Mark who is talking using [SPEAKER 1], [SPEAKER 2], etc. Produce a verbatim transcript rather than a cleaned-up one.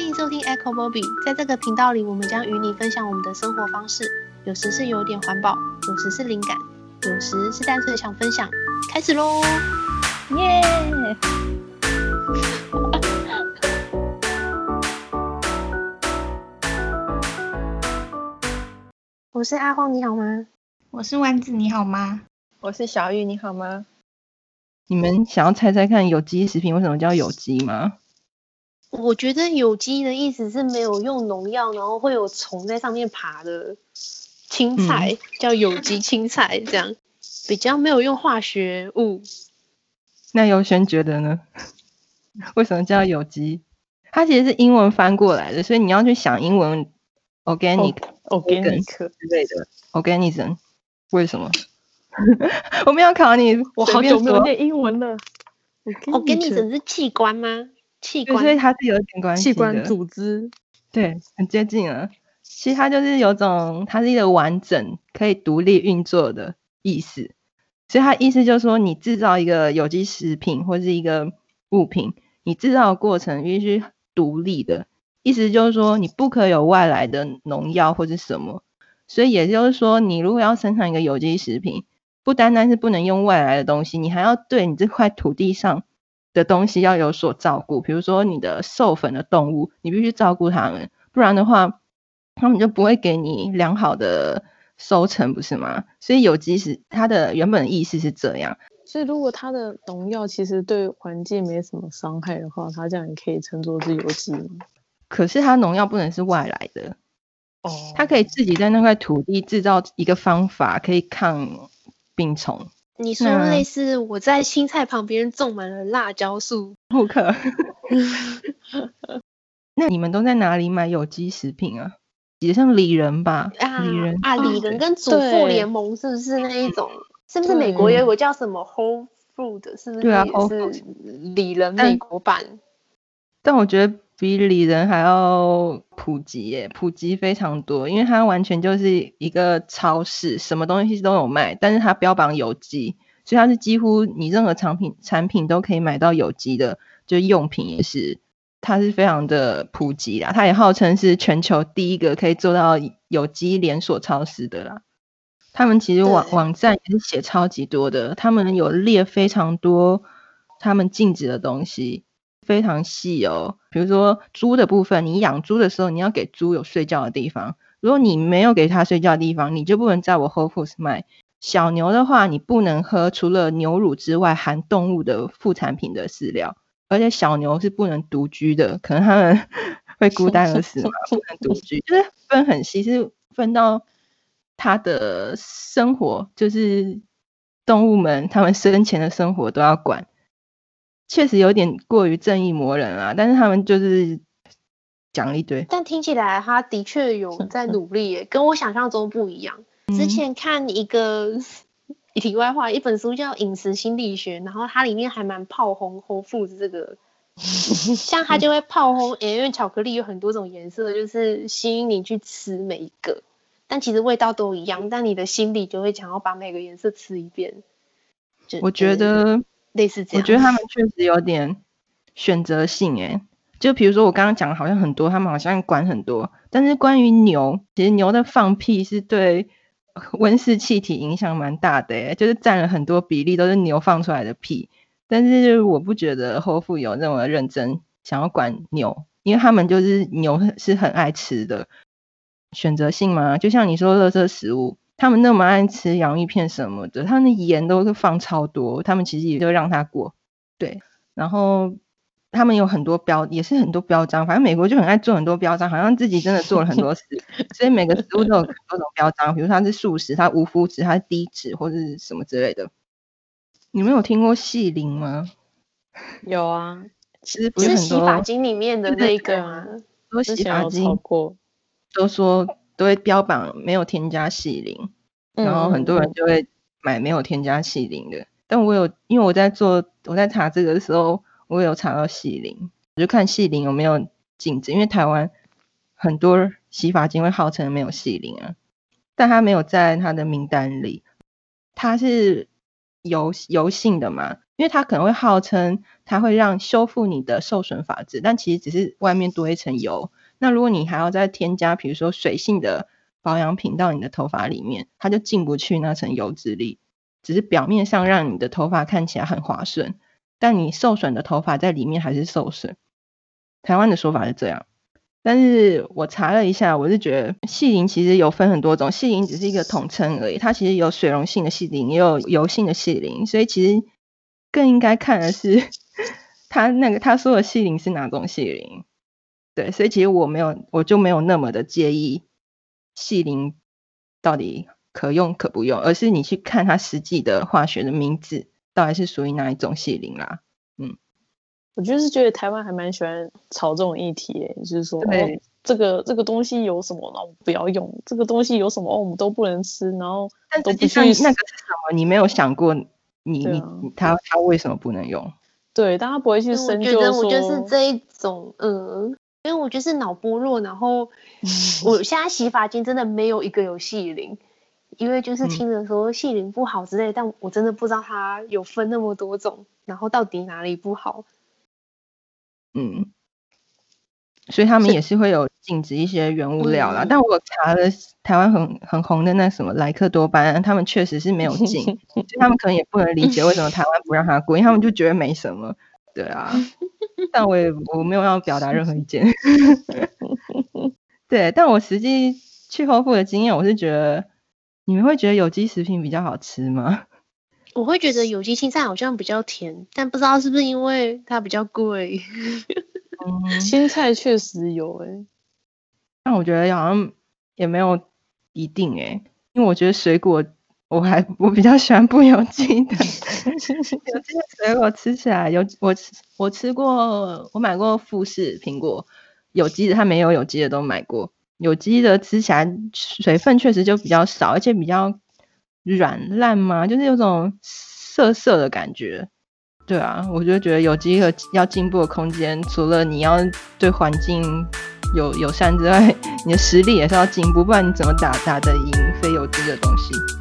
[SPEAKER 1] 迎收听 Echo Bobby， 在这个频道里，我们将与你分享我们的生活方式，有时是有点环保，有时是灵感，有时是单纯想分享。开始咯！
[SPEAKER 2] 耶！
[SPEAKER 1] 我是阿荒，你好吗？
[SPEAKER 2] 我是丸子，你好吗？
[SPEAKER 3] 我是小玉，你好吗？
[SPEAKER 4] 你们想要猜猜看有机食品为什么叫有机吗？
[SPEAKER 1] 我觉得有机的意思是没有用农药，然后会有虫在上面爬的青菜，嗯、叫有机青菜，这样比较没有用化学物。
[SPEAKER 4] 那优轩觉得呢？为什么叫有机？它其实是英文翻过来的，所以你要去想英文 organic、organic 之类的 organism， 为什么？我没有考你，
[SPEAKER 3] 我好久没有念英文了。
[SPEAKER 1] organism 是器官吗？器官，
[SPEAKER 4] 所以它是有点关系的。
[SPEAKER 3] 器官组织，
[SPEAKER 4] 对，很接近了。其实它就是有种，它是一个完整可以独立运作的意思。所以它意思就是说，你制造一个有机食品或是一个物品，你制造的过程必须独立的，意思就是说你不可以有外来的农药或是什么。所以也就是说，你如果要生产一个有机食品，不单单是不能用外来的东西，你还要对你这块土地上的东西要有所照顾。比如说你的授粉的动物，你必须照顾它们，不然的话他们就不会给你良好的收成，不是吗？所以有机是它的原本的意思是这样。
[SPEAKER 3] 所以如果它的农药其实对环境没什么伤害的话，它这样也可以称作是有机吗？
[SPEAKER 4] 可是它农药不能是外来的哦，它可以自己在那块土地制造一个方法可以抗病虫。
[SPEAKER 1] 你说类似我在青菜旁边种满了辣椒树，
[SPEAKER 4] 不可那你们都在哪里买有机食品啊？也像里仁吧，
[SPEAKER 1] 啊
[SPEAKER 4] 里仁
[SPEAKER 1] 啊，里仁跟主妇联盟是不是那一种？是不是美国也有个叫什么 Whole Food， 是不是也是里仁美国版？
[SPEAKER 4] 但我觉得比里仁还要普及耶，普及非常多，因为它完全就是一个超市，什么东西都有卖，但是它标榜有机，所以它是几乎你任何产品产品都可以买到有机的，就用品也是，它是非常的普及啦。它也号称是全球第一个可以做到有机连锁超市的啦。他们其实网网站也是写超级多的，他们有列非常多他们禁止的东西。非常细哦，比如说猪的部分，你养猪的时候你要给猪有睡觉的地方，如果你没有给它睡觉的地方，你就不能在我 Whole Foods 卖。小牛的话，你不能喝除了牛乳之外含动物的副产品的饲料，而且小牛是不能独居的，可能他们会孤单而死嘛，不能独居，就是分很细，是分到它的生活，就是动物们他们生前的生活都要管。确实有点过于正义魔人啦，但是他们就是讲一堆。
[SPEAKER 1] 但听起来他的确有在努力耶，跟我想象中不一样。嗯、之前看一个题外话，一本书叫《饮食心理学》，然后它里面还蛮炮轰 Whole Foods 这个，像它就会炮轰，因为巧克力有很多种颜色，就是吸引你去吃每一个，但其实味道都一样，但你的心里就会想要把每个颜色吃一遍。
[SPEAKER 4] 我觉得。
[SPEAKER 1] 类似这样，
[SPEAKER 4] 我觉得他们确实有点选择性诶，就比如说我刚刚讲的好像很多，他们好像管很多，但是关于牛，其实牛的放屁是对温室气体影响蛮大的诶，就是占了很多比例都是牛放出来的屁，但是我不觉得Whole Foods有那么认真想要管牛，因为他们就是牛是很爱吃的。选择性嘛，就像你说垃圾食物，他们那么爱吃洋芋片什么的，他们的盐都是放超多，他们其实也就让它过。对，然后他们有很多标，也是很多标章，反正美国就很爱做很多标章，好像自己真的做了很多事所以每个食物都有很多种标章，比如它是素食，它无麸质，它是低脂或是什么之类的。你们有听过细鳞吗？
[SPEAKER 3] 有啊，
[SPEAKER 1] 是不是洗发精里面的那个吗？
[SPEAKER 4] 说洗发精都说都会标榜没有添加细鳞，然后很多人就会买没有添加细鳞的。但我有，因为我在做我在查这个的时候，我有查到细鳞，我就看细鳞有没有禁止，因为台湾很多洗发精会号称没有细鳞啊，但它没有在它的名单里。它是油油性的嘛， 因为它可能会号称它会让修复你的受损发质，但其实只是外面多一层油。那如果你还要再添加比如说水性的保养品到你的头发里面，它就进不去那层油脂里，只是表面上让你的头发看起来很滑顺，但你受损的头发在里面还是受损。台湾的说法是这样，但是我查了一下，我是觉得细鳞其实有分很多种，细鳞只是一个统称而已，它其实有水溶性的细鳞，也有油性的细鳞，所以其实更应该看的是它那个他说的细鳞是哪种细鳞。对，所以其实我没有我就没有那么的介意细鳞到底可用可不用，而是你去看它实际的化学的名字到底是属于哪一种细鳞啦。嗯，
[SPEAKER 3] 我就是觉得台湾还蛮喜欢炒这种议题耶，就是说哦，这个这个东西有什么，然后我们不要用；这个东西有什么，哦，我们都不能吃，然后都不去。
[SPEAKER 4] 那个是什么？你没有想过你，你、啊、你他他为什么不能用？
[SPEAKER 3] 对，但他不会去深究说。
[SPEAKER 1] 我觉得我就是这一种，呃，因为我就是脑波弱，然后我现在洗发精真的没有一个有细鳞。因为就是听着说细鳞不好之类、嗯、但我真的不知道它有分那么多种，然后到底哪里不好。
[SPEAKER 4] 嗯，所以他们也是会有禁止一些原物料啦、嗯、但我查了台湾很很红的那什么莱克多巴胺，他们确实是没有禁所以他们可能也不能理解为什么台湾不让他过，因为他们就觉得没什么。对啊，但我也我没有要表达任何意见对，但我实际去后付的经验，我是觉得你们会觉得有机食品比较好吃吗？
[SPEAKER 1] 我会觉得有机青菜好像比较甜，但不知道是不是因为它比较贵
[SPEAKER 3] 嗯、青菜确实有诶、欸，
[SPEAKER 4] 但我觉得好像也没有一定诶、欸，因为我觉得水果我还我比较喜欢不有机的有机的水果吃起来有我我吃过，我买过富士苹果有机的，它没有有机的都买过。有机的吃起来水分确实就比较少，而且比较软烂嘛，就是有种涩涩的感觉。对啊，我就觉得有机的要进步的空间，除了你要对环境有友善之外，你的实力也是要进步，不然你怎么打打得赢非有机的东西？